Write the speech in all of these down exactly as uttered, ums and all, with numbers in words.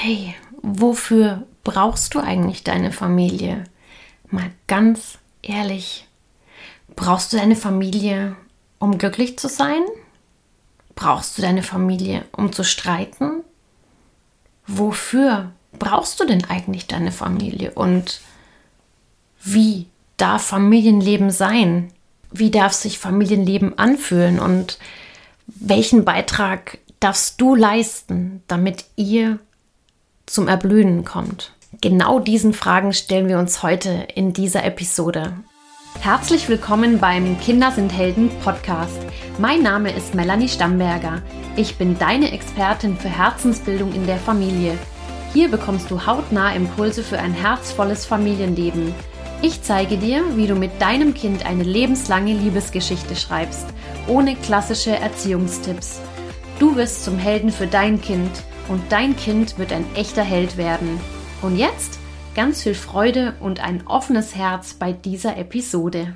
Hey, wofür brauchst du eigentlich deine Familie? Mal ganz ehrlich, brauchst du deine Familie, um glücklich zu sein? Brauchst du deine Familie, um zu streiten? Wofür brauchst du denn eigentlich deine Familie? Und wie darf Familienleben sein? Wie darf sich Familienleben anfühlen? Und welchen Beitrag darfst du leisten, damit ihr zum Erblühen kommt? Genau diesen Fragen stellen wir uns heute in dieser Episode. Herzlich willkommen beim Kinder sind Helden Podcast. Mein Name ist Melanie Stamberger. Ich bin deine Expertin für Herzensbildung in der Familie. Hier bekommst du hautnah Impulse für ein herzvolles Familienleben. Ich zeige dir, wie du mit deinem Kind eine lebenslange Liebesgeschichte schreibst, ohne klassische Erziehungstipps. Du wirst zum Helden für dein Kind und dein Kind wird ein echter Held werden. Und jetzt ganz viel Freude und ein offenes Herz bei dieser Episode.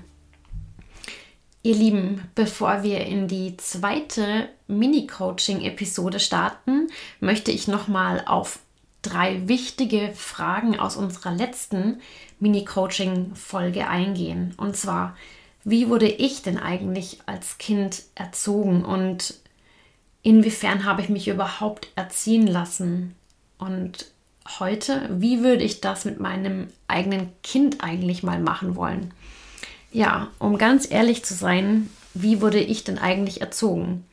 Ihr Lieben, bevor wir in die zweite Mini-Coaching-Episode starten, möchte ich nochmal auf drei wichtige Fragen aus unserer letzten Mini-Coaching-Folge eingehen. Und zwar, wie wurde ich denn eigentlich als Kind erzogen und inwiefern habe ich mich überhaupt erziehen lassen? Und heute, wie würde ich das mit meinem eigenen Kind eigentlich mal machen wollen? Ja, um ganz ehrlich zu sein, wie wurde ich denn eigentlich erzogen?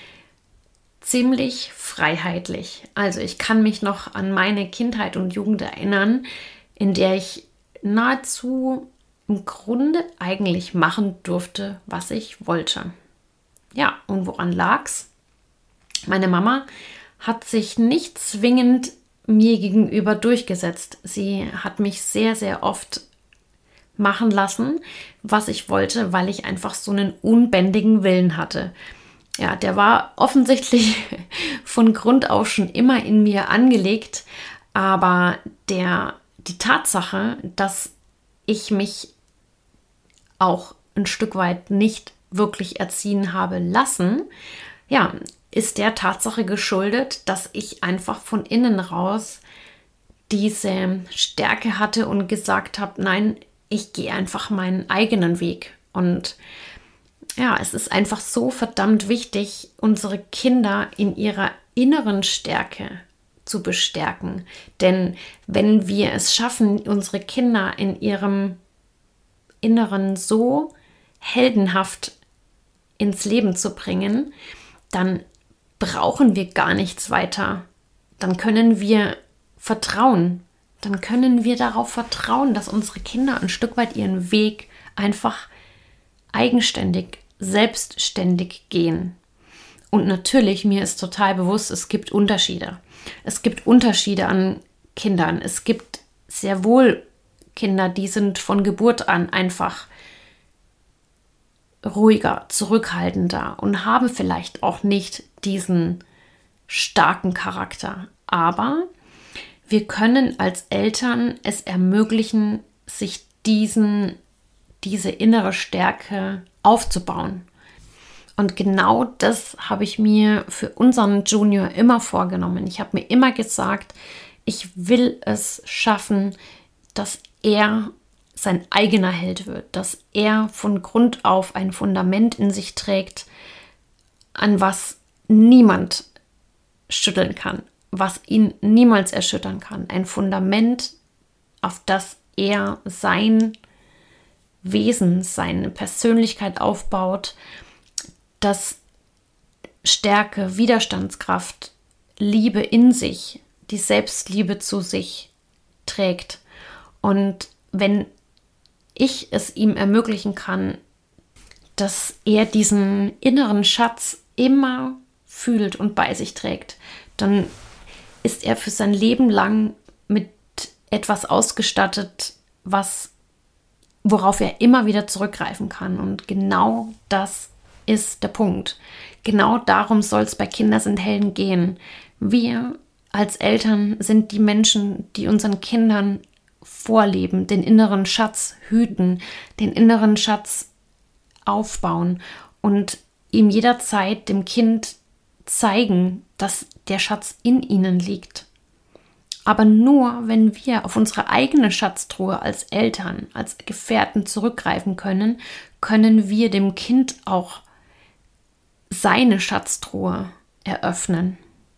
Ziemlich freiheitlich. Also ich kann mich noch an meine Kindheit und Jugend erinnern, in der ich nahezu im Grunde eigentlich machen durfte, was ich wollte. Ja, und woran lag's? Meine Mama hat sich nicht zwingend mir gegenüber durchgesetzt. Sie hat mich sehr, sehr oft machen lassen, was ich wollte, weil ich einfach so einen unbändigen Willen hatte. Ja, der war offensichtlich von Grund auf schon immer in mir angelegt, aber der, die Tatsache, dass ich mich auch ein Stück weit nicht wirklich erziehen habe lassen, ja, ist der Tatsache geschuldet, dass ich einfach von innen raus diese Stärke hatte und gesagt habe, nein, ich gehe einfach meinen eigenen Weg. Und ja, es ist einfach so verdammt wichtig, unsere Kinder in ihrer inneren Stärke zu bestärken. Denn wenn wir es schaffen, unsere Kinder in ihrem Inneren so heldenhaft ins Leben zu bringen, dann brauchen wir gar nichts weiter. Dann können wir vertrauen. Dann können wir darauf vertrauen, dass unsere Kinder ein Stück weit ihren Weg einfach eigenständig, selbstständig gehen. Und natürlich, mir ist total bewusst, es gibt Unterschiede. Es gibt Unterschiede an Kindern. Es gibt sehr wohl Kinder, die sind von Geburt an einfach ruhiger, zurückhaltender und haben vielleicht auch nicht diesen starken Charakter. Aber wir können als Eltern es ermöglichen, sich diesen, diese innere Stärke aufzubauen. Und genau das habe ich mir für unseren Junior immer vorgenommen. Ich habe mir immer gesagt, ich will es schaffen, dass er sein eigener Held wird, dass er von Grund auf ein Fundament in sich trägt, an was niemand schütteln kann, was ihn niemals erschüttern kann. Ein Fundament, auf das er sein Wesen, seine Persönlichkeit aufbaut, das Stärke, Widerstandskraft, Liebe in sich, die Selbstliebe zu sich trägt. Und wenn ich es ihm ermöglichen kann, dass er diesen inneren Schatz immer fühlt und bei sich trägt, dann ist er für sein Leben lang mit etwas ausgestattet, was, worauf er immer wieder zurückgreifen kann. Und genau das ist der Punkt. Genau darum soll es bei Kinder sind Helden gehen. Wir als Eltern sind die Menschen, die unseren Kindern vorleben, den inneren Schatz hüten, den inneren Schatz aufbauen und ihm jederzeit dem Kind zeigen, dass der Schatz in ihnen liegt. Aber nur, wenn wir auf unsere eigene Schatztruhe als Eltern, als Gefährten zurückgreifen können, können wir dem Kind auch seine Schatztruhe eröffnen.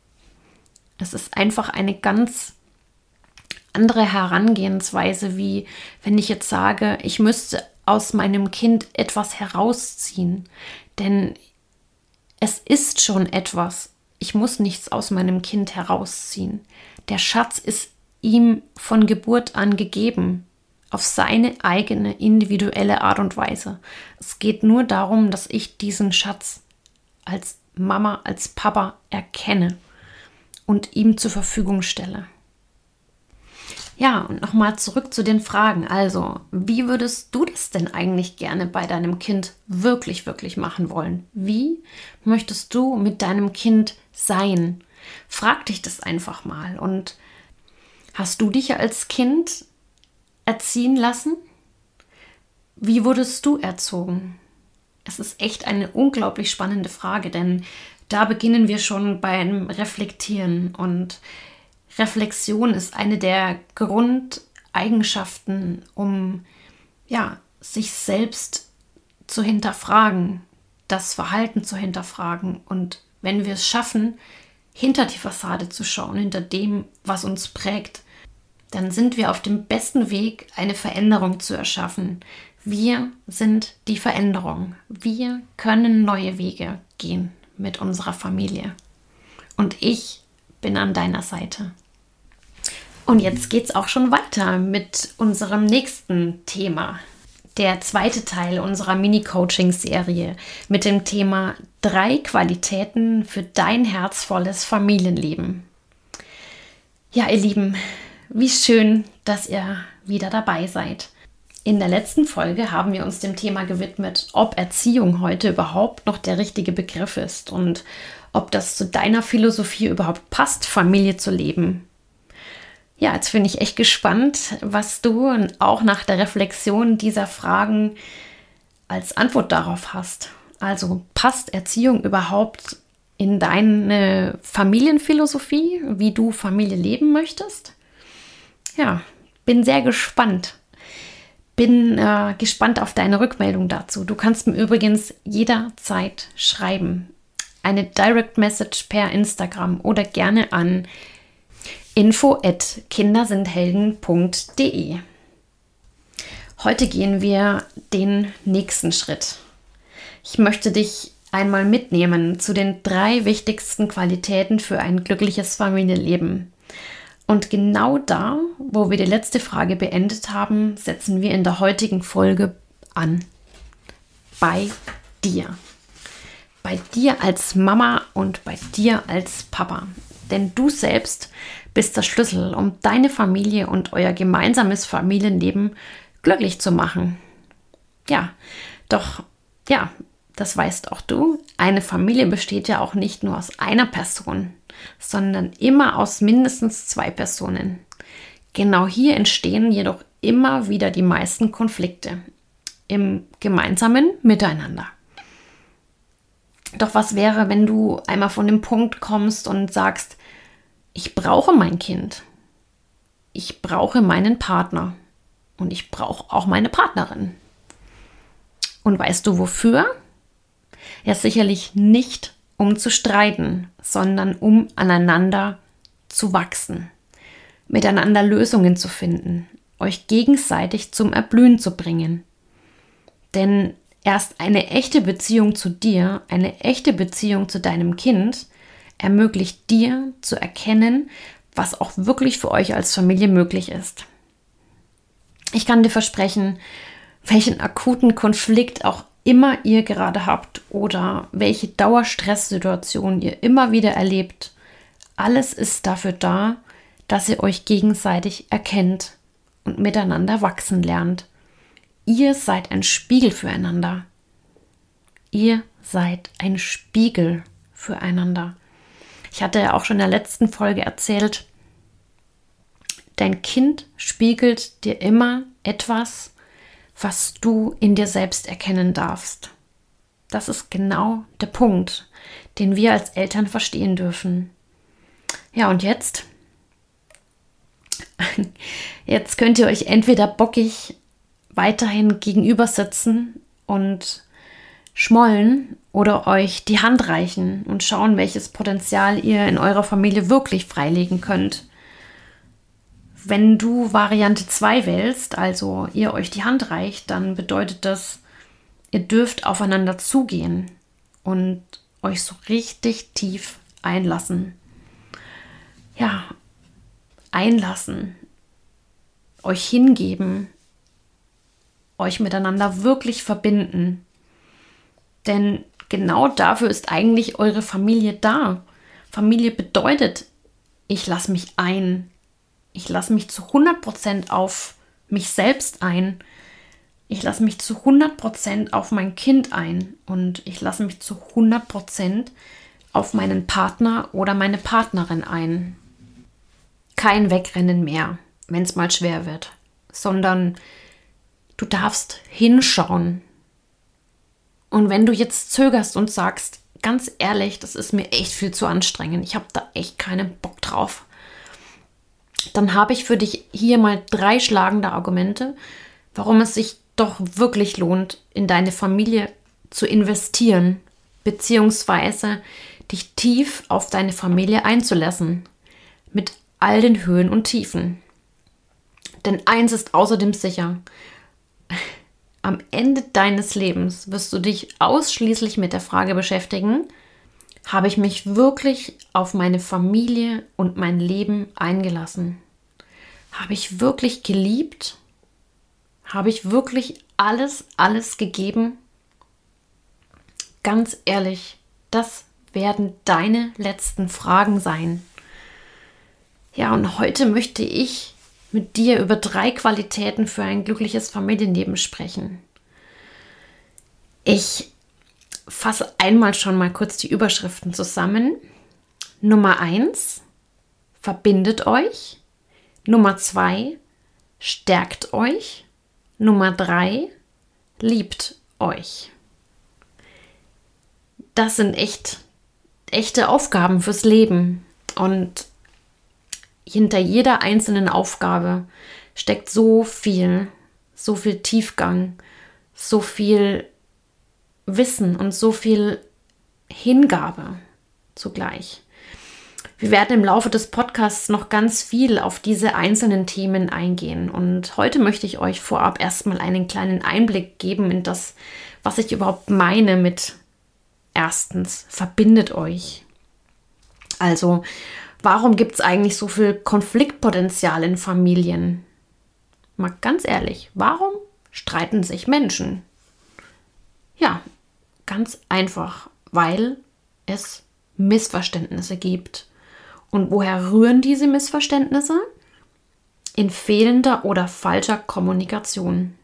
Es ist einfach eine ganz andere Herangehensweise, wie wenn ich jetzt sage, ich müsste aus meinem Kind etwas herausziehen. Denn es ist schon etwas. Ich muss nichts aus meinem Kind herausziehen. Der Schatz ist ihm von Geburt an gegeben, auf seine eigene individuelle Art und Weise. Es geht nur darum, dass ich diesen Schatz als Mama, als Papa erkenne und ihm zur Verfügung stelle. Ja, und nochmal zurück zu den Fragen. Also, wie würdest du das denn eigentlich gerne bei deinem Kind wirklich, wirklich machen wollen? Wie möchtest du mit deinem Kind sein? Frag dich das einfach mal. Und hast du dich als Kind erziehen lassen? Wie wurdest du erzogen? Es ist echt eine unglaublich spannende Frage, denn da beginnen wir schon beim Reflektieren. Und Reflexion ist eine der Grundeigenschaften, um ja, sich selbst zu hinterfragen, das Verhalten zu hinterfragen. Und wenn wir es schaffen, hinter die Fassade zu schauen, hinter dem, was uns prägt, dann sind wir auf dem besten Weg, eine Veränderung zu erschaffen. Wir sind die Veränderung. Wir können neue Wege gehen mit unserer Familie. Und ich bin an deiner Seite. Und jetzt geht's auch schon weiter mit unserem nächsten Thema. Der zweite Teil unserer Mini-Coaching-Serie mit dem Thema drei Qualitäten für dein herzvolles Familienleben. Ja, ihr Lieben, wie schön, dass ihr wieder dabei seid. In der letzten Folge haben wir uns dem Thema gewidmet, ob Erziehung heute überhaupt noch der richtige Begriff ist und ob das zu deiner Philosophie überhaupt passt, Familie zu leben. Ja, jetzt bin ich echt gespannt, was du auch nach der Reflexion dieser Fragen als Antwort darauf hast. Also, passt Erziehung überhaupt in deine Familienphilosophie, wie du Familie leben möchtest? Ja, bin sehr gespannt. Bin äh, gespannt auf deine Rückmeldung dazu. Du kannst mir übrigens jederzeit schreiben. Eine Direct Message per Instagram oder gerne an info at kindersindhelden punkt de. Heute gehen wir den nächsten Schritt. Ich möchte dich einmal mitnehmen zu den drei wichtigsten Qualitäten für ein glückliches Familienleben. Und genau da, wo wir die letzte Frage beendet haben, setzen wir in der heutigen Folge an. Bei dir. Bei dir als Mama und bei dir als Papa. Denn du selbst bist der Schlüssel, um deine Familie und euer gemeinsames Familienleben glücklich zu machen. Ja, doch, ja, das weißt auch du. Eine Familie besteht ja auch nicht nur aus einer Person, sondern immer aus mindestens zwei Personen. Genau hier entstehen jedoch immer wieder die meisten Konflikte im gemeinsamen Miteinander. Doch was wäre, wenn du einmal von dem Punkt kommst und sagst, ich brauche mein Kind, ich brauche meinen Partner und ich brauche auch meine Partnerin. Und weißt du wofür? Ja, sicherlich nicht, um zu streiten, sondern um aneinander zu wachsen, miteinander Lösungen zu finden, euch gegenseitig zum Erblühen zu bringen. Denn erst eine echte Beziehung zu dir, eine echte Beziehung zu deinem Kind ermöglicht dir zu erkennen, was auch wirklich für euch als Familie möglich ist. Ich kann dir versprechen, welchen akuten Konflikt auch immer ihr gerade habt oder welche Dauerstresssituation ihr immer wieder erlebt, alles ist dafür da, dass ihr euch gegenseitig erkennt und miteinander wachsen lernt. Ihr seid ein Spiegel füreinander. Ihr seid ein Spiegel füreinander. Ich hatte ja auch schon in der letzten Folge erzählt, dein Kind spiegelt dir immer etwas, was du in dir selbst erkennen darfst. Das ist genau der Punkt, den wir als Eltern verstehen dürfen. Ja, und jetzt Jetzt könnt ihr euch entweder bockig weiterhin gegenüber sitzen und schmollen oder euch die Hand reichen und schauen, welches Potenzial ihr in eurer Familie wirklich freilegen könnt. Wenn du Variante zwei wählst, also ihr euch die Hand reicht, dann bedeutet das, ihr dürft aufeinander zugehen und euch so richtig tief einlassen. Ja, einlassen, euch hingeben, euch miteinander wirklich verbinden. Denn genau dafür ist eigentlich eure Familie da. Familie bedeutet, ich lasse mich ein. Ich lasse mich zu hundert Prozent auf mich selbst ein. Ich lasse mich zu hundert Prozent auf mein Kind ein. Und ich lasse mich zu hundert Prozent auf meinen Partner oder meine Partnerin ein. Kein Wegrennen mehr, wenn es mal schwer wird, sondern du darfst hinschauen. Und wenn du jetzt zögerst und sagst, ganz ehrlich, das ist mir echt viel zu anstrengend, ich habe da echt keinen Bock drauf, dann habe ich für dich hier mal drei schlagende Argumente, warum es sich doch wirklich lohnt, in deine Familie zu investieren, beziehungsweise dich tief auf deine Familie einzulassen, mit all den Höhen und Tiefen. Denn eins ist außerdem sicher: Am Ende deines Lebens wirst du dich ausschließlich mit der Frage beschäftigen, habe ich mich wirklich auf meine Familie und mein Leben eingelassen? Habe ich wirklich geliebt? Habe ich wirklich alles, alles gegeben? Ganz ehrlich, das werden deine letzten Fragen sein. Ja, und heute möchte ich mit dir über drei Qualitäten für ein glückliches Familienleben sprechen. Ich fasse einmal schon mal kurz die Überschriften zusammen. Nummer eins, verbindet euch. Nummer zwei, stärkt euch. Nummer drei, liebt euch. Das sind echt, echte Aufgaben fürs Leben. Und hinter jeder einzelnen Aufgabe steckt so viel, so viel Tiefgang, so viel Wissen und so viel Hingabe zugleich. Wir werden im Laufe des Podcasts noch ganz viel auf diese einzelnen Themen eingehen. Und heute möchte ich euch vorab erstmal einen kleinen Einblick geben in das, was ich überhaupt meine mit erstens, verbindet euch. Also, warum gibt es eigentlich so viel Konfliktpotenzial in Familien? Mal ganz ehrlich, warum streiten sich Menschen? Ja, ganz einfach, weil es Missverständnisse gibt. Und woher rühren diese Missverständnisse? In fehlender oder falscher Kommunikation.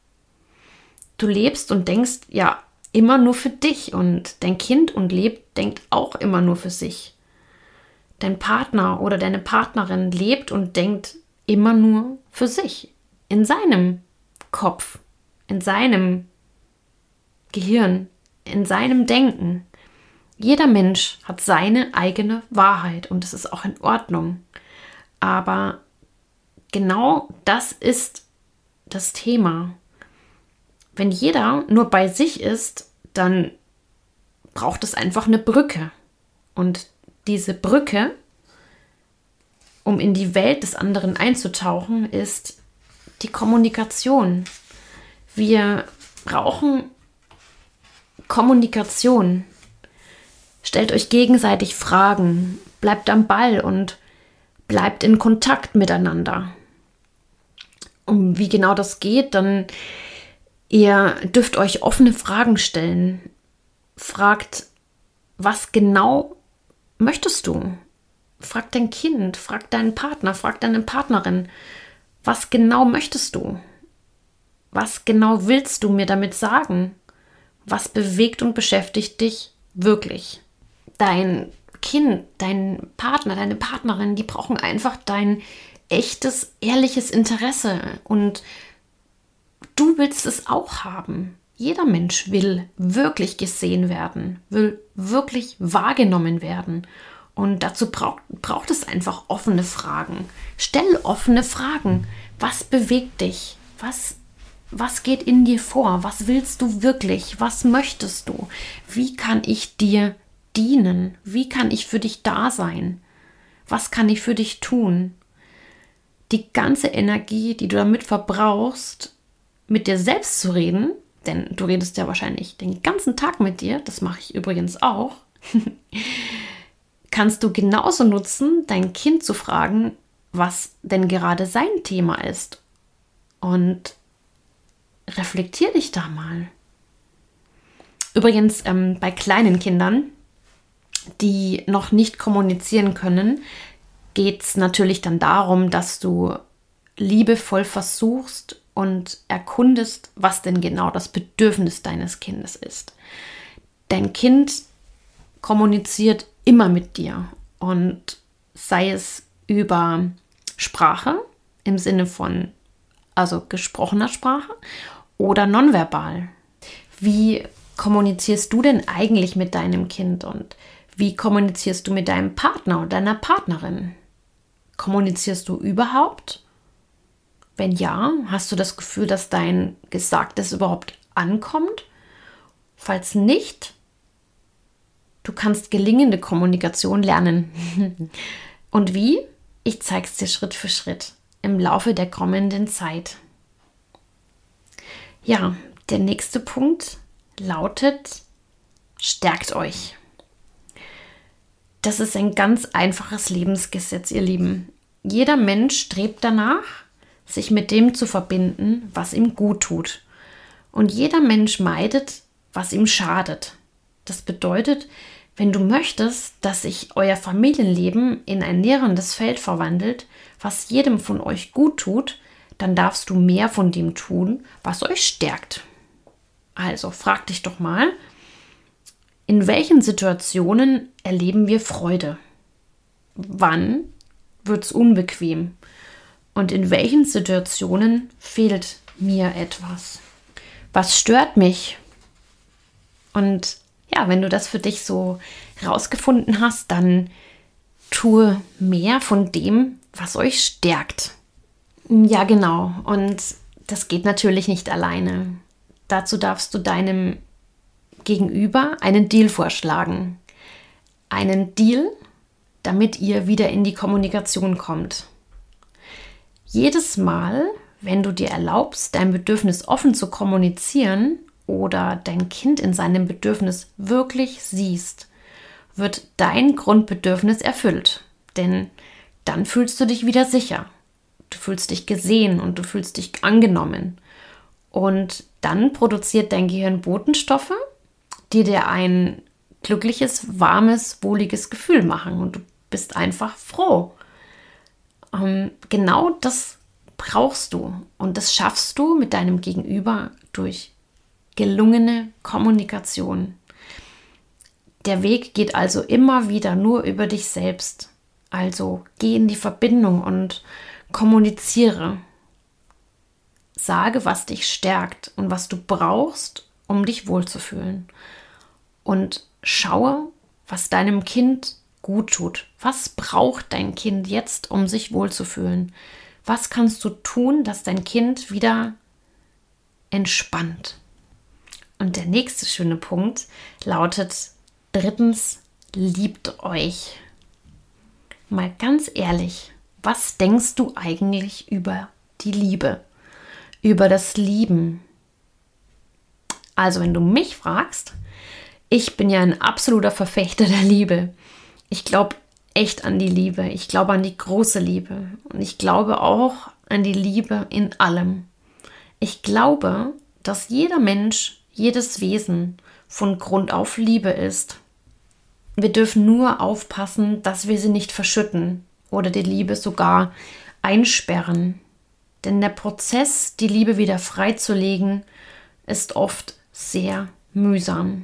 Du lebst und denkst ja immer nur für dich und dein Kind und lebt, denkt auch immer nur für sich. Dein Partner oder deine Partnerin lebt und denkt immer nur für sich, in seinem Kopf, in seinem Gehirn, in seinem Denken. Jeder Mensch hat seine eigene Wahrheit und es ist auch in Ordnung. Aber genau das ist das Thema. Wenn jeder nur bei sich ist, dann braucht es einfach eine Brücke. Und diese Brücke, um in die Welt des anderen einzutauchen, ist die Kommunikation. Wir brauchen Kommunikation. Stellt euch gegenseitig Fragen, bleibt am Ball und bleibt in Kontakt miteinander. Um wie genau das geht, dann ihr dürft euch offene Fragen stellen. Fragt, was genau möchtest du? Frag dein Kind, frag deinen Partner, frag deine Partnerin, was genau möchtest du? Was genau willst du mir damit sagen? Was bewegt und beschäftigt dich wirklich? Dein Kind, dein Partner, deine Partnerin, die brauchen einfach dein echtes, ehrliches Interesse. Und du willst es auch haben. Jeder Mensch will wirklich gesehen werden, will wirklich wahrgenommen werden. Und dazu braucht, braucht es einfach offene Fragen. Stell offene Fragen. Was bewegt dich? Was, was geht in dir vor? Was willst du wirklich? Was möchtest du? Wie kann ich dir dienen? Wie kann ich für dich da sein? Was kann ich für dich tun? Die ganze Energie, die du damit verbrauchst, mit dir selbst zu reden, denn du redest ja wahrscheinlich den ganzen Tag mit dir, das mache ich übrigens auch, kannst du genauso nutzen, dein Kind zu fragen, was denn gerade sein Thema ist. Und reflektier dich da mal. Übrigens, ähm, bei kleinen Kindern, die noch nicht kommunizieren können, geht es natürlich dann darum, dass du liebevoll versuchst und erkundest, was denn genau das Bedürfnis deines Kindes ist. Dein Kind kommuniziert immer mit dir und sei es über Sprache im Sinne von, also gesprochener Sprache oder nonverbal. Wie kommunizierst du denn eigentlich mit deinem Kind und wie kommunizierst du mit deinem Partner und deiner Partnerin? Kommunizierst du überhaupt? Wenn ja, hast du das Gefühl, dass dein Gesagtes überhaupt ankommt? Falls nicht, du kannst gelingende Kommunikation lernen. Und wie? Ich zeige es dir Schritt für Schritt im Laufe der kommenden Zeit. Ja, der nächste Punkt lautet, stärkt euch. Das ist ein ganz einfaches Lebensgesetz, ihr Lieben. Jeder Mensch strebt danach, sich mit dem zu verbinden, was ihm gut tut. Und jeder Mensch meidet, was ihm schadet. Das bedeutet, wenn du möchtest, dass sich euer Familienleben in ein nährendes Feld verwandelt, was jedem von euch gut tut, dann darfst du mehr von dem tun, was euch stärkt. Also frag dich doch mal, in welchen Situationen erleben wir Freude? Wann wird es unbequem? Und in welchen Situationen fehlt mir etwas? Was stört mich? Und ja, wenn du das für dich so rausgefunden hast, dann tue mehr von dem, was euch stärkt. Ja, genau. Und das geht natürlich nicht alleine. Dazu darfst du deinem Gegenüber einen Deal vorschlagen. Einen Deal, damit ihr wieder in die Kommunikation kommt. Jedes Mal, wenn du dir erlaubst, dein Bedürfnis offen zu kommunizieren oder dein Kind in seinem Bedürfnis wirklich siehst, wird dein Grundbedürfnis erfüllt. Denn dann fühlst du dich wieder sicher. Du fühlst dich gesehen und du fühlst dich angenommen. Und dann produziert dein Gehirn Botenstoffe, die dir ein glückliches, warmes, wohliges Gefühl machen. Und du bist einfach froh. Ähm, genau das brauchst du. Und das schaffst du mit deinem Gegenüber durch gelungene Kommunikation. Der Weg geht also immer wieder nur über dich selbst. Also geh in die Verbindung und kommuniziere. Sage, was dich stärkt und was du brauchst, um dich wohlzufühlen. Und schaue, was deinem Kind gut tut. Was braucht dein Kind jetzt, um sich wohlzufühlen? Was kannst du tun, dass dein Kind wieder entspannt? Und der nächste schöne Punkt lautet drittens, liebt euch. Mal ganz ehrlich, was denkst du eigentlich über die Liebe? Über das Lieben? Also wenn du mich fragst, ich bin ja ein absoluter Verfechter der Liebe. Ich glaube echt an die Liebe. Ich glaube an die große Liebe. Und ich glaube auch an die Liebe in allem. Ich glaube, dass jeder Mensch, jedes Wesen von Grund auf Liebe ist. Wir dürfen nur aufpassen, dass wir sie nicht verschütten oder die Liebe sogar einsperren. Denn der Prozess, die Liebe wieder freizulegen, ist oft sehr mühsam.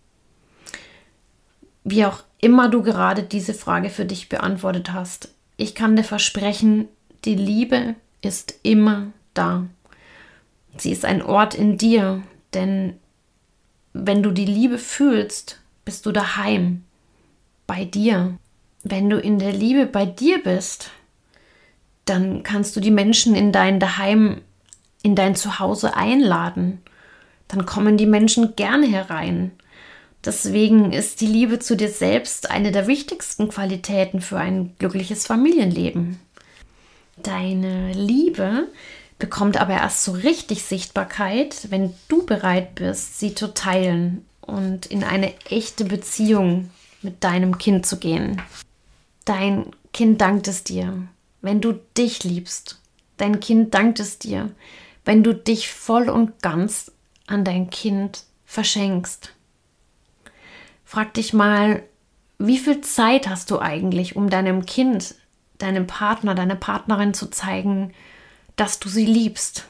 Wie auch immer du gerade diese Frage für dich beantwortet hast, ich kann dir versprechen, die Liebe ist immer da. Sie ist ein Ort in dir, denn wenn du die Liebe fühlst, bist du daheim, bei dir. wenn du in der Liebe bei dir bist, dann kannst du die Menschen in dein Daheim, in dein Zuhause einladen. Dann kommen die Menschen gerne herein. Deswegen ist die Liebe zu dir selbst eine der wichtigsten Qualitäten für ein glückliches Familienleben. Deine Liebe bekommt aber erst so richtig Sichtbarkeit, wenn du bereit bist, sie zu teilen und in eine echte Beziehung mit deinem Kind zu gehen. Dein Kind dankt es dir, wenn du dich liebst. Dein Kind dankt es dir, wenn du dich voll und ganz an dein Kind verschenkst. Frag dich mal, wie viel Zeit hast du eigentlich, um deinem Kind, deinem Partner, deiner Partnerin zu zeigen, dass du sie liebst?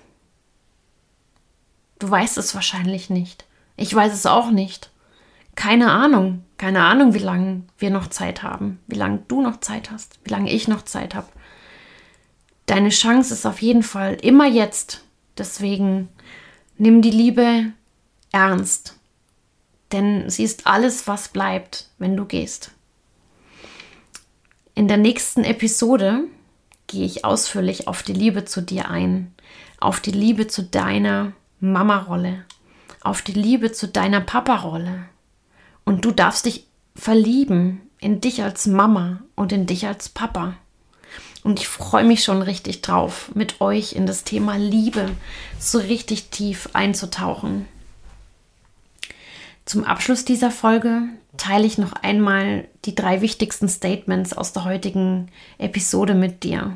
Du weißt es wahrscheinlich nicht. Ich weiß es auch nicht. Keine Ahnung. Keine Ahnung, wie lange wir noch Zeit haben. Wie lange du noch Zeit hast. Wie lange ich noch Zeit habe. Deine Chance ist auf jeden Fall immer jetzt. Deswegen nimm die Liebe ernst. Denn sie ist alles, was bleibt, wenn du gehst. In der nächsten Episode gehe ich ausführlich auf die Liebe zu dir ein, auf die Liebe zu deiner Mama-Rolle, auf die Liebe zu deiner Papa-Rolle. Und du darfst dich verlieben in dich als Mama und in dich als Papa. Und ich freue mich schon richtig drauf, mit euch in das Thema Liebe so richtig tief einzutauchen. Zum Abschluss dieser Folge teile ich noch einmal die drei wichtigsten Statements aus der heutigen Episode mit dir.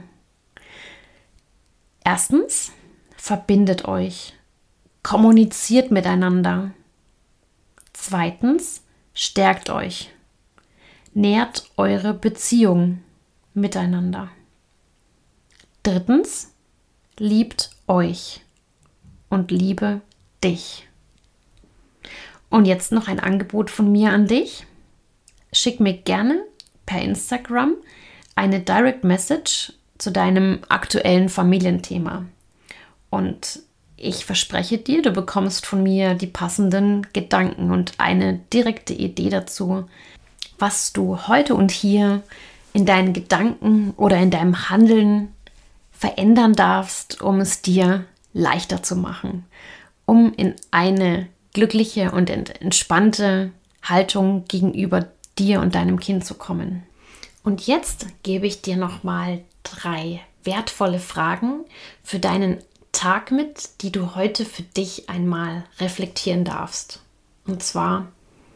Erstens, verbindet euch, kommuniziert miteinander. Zweitens, stärkt euch, nährt eure Beziehung miteinander. Drittens, liebt euch und liebe dich. Und jetzt noch ein Angebot von mir an dich. Schick mir gerne per Instagram eine Direct Message zu deinem aktuellen Familienthema. Und ich verspreche dir, du bekommst von mir die passenden Gedanken und eine direkte Idee dazu, was du heute und hier in deinen Gedanken oder in deinem Handeln verändern darfst, um es dir leichter zu machen, um in eine glückliche und entspannte Haltung gegenüber dir und deinem Kind zu kommen. Und jetzt gebe ich dir nochmal drei wertvolle Fragen für deinen Tag mit, die du heute für dich einmal reflektieren darfst. Und zwar,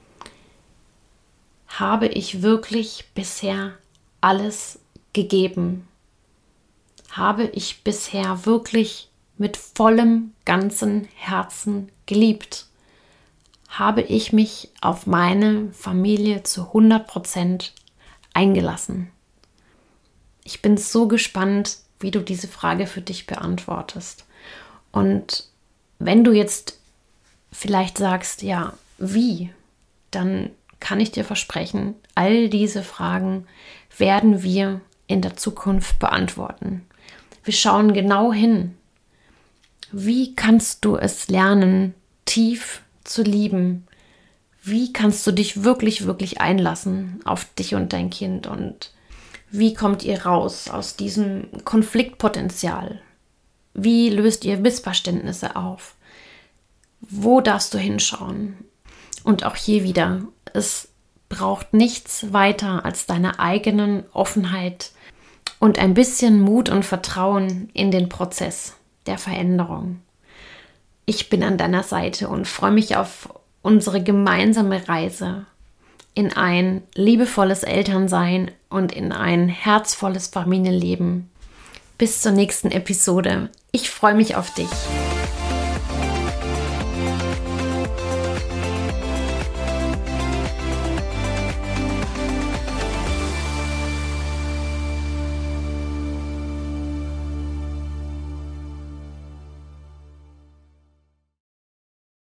habe ich wirklich bisher alles gegeben? Habe ich bisher wirklich mit vollem, ganzen Herzen geliebt? Habe ich mich auf meine Familie zu hundert Prozent eingelassen? Ich bin so gespannt, wie du diese Frage für dich beantwortest. Und wenn du jetzt vielleicht sagst, ja, wie, dann kann ich dir versprechen, all diese Fragen werden wir in der Zukunft beantworten. Wir schauen genau hin. Wie kannst du es lernen, tief zu lieben? Wie kannst du dich wirklich, wirklich einlassen auf dich und dein Kind? Und wie kommt ihr raus aus diesem Konfliktpotenzial? Wie löst ihr Missverständnisse auf? Wo darfst du hinschauen? Und auch hier wieder, es braucht nichts weiter als deine eigenen Offenheit und ein bisschen Mut und Vertrauen in den Prozess der Veränderung. Ich bin an deiner Seite und freue mich auf unsere gemeinsame Reise in ein liebevolles Elternsein und in ein herzvolles Familienleben. Bis zur nächsten Episode. Ich freue mich auf dich.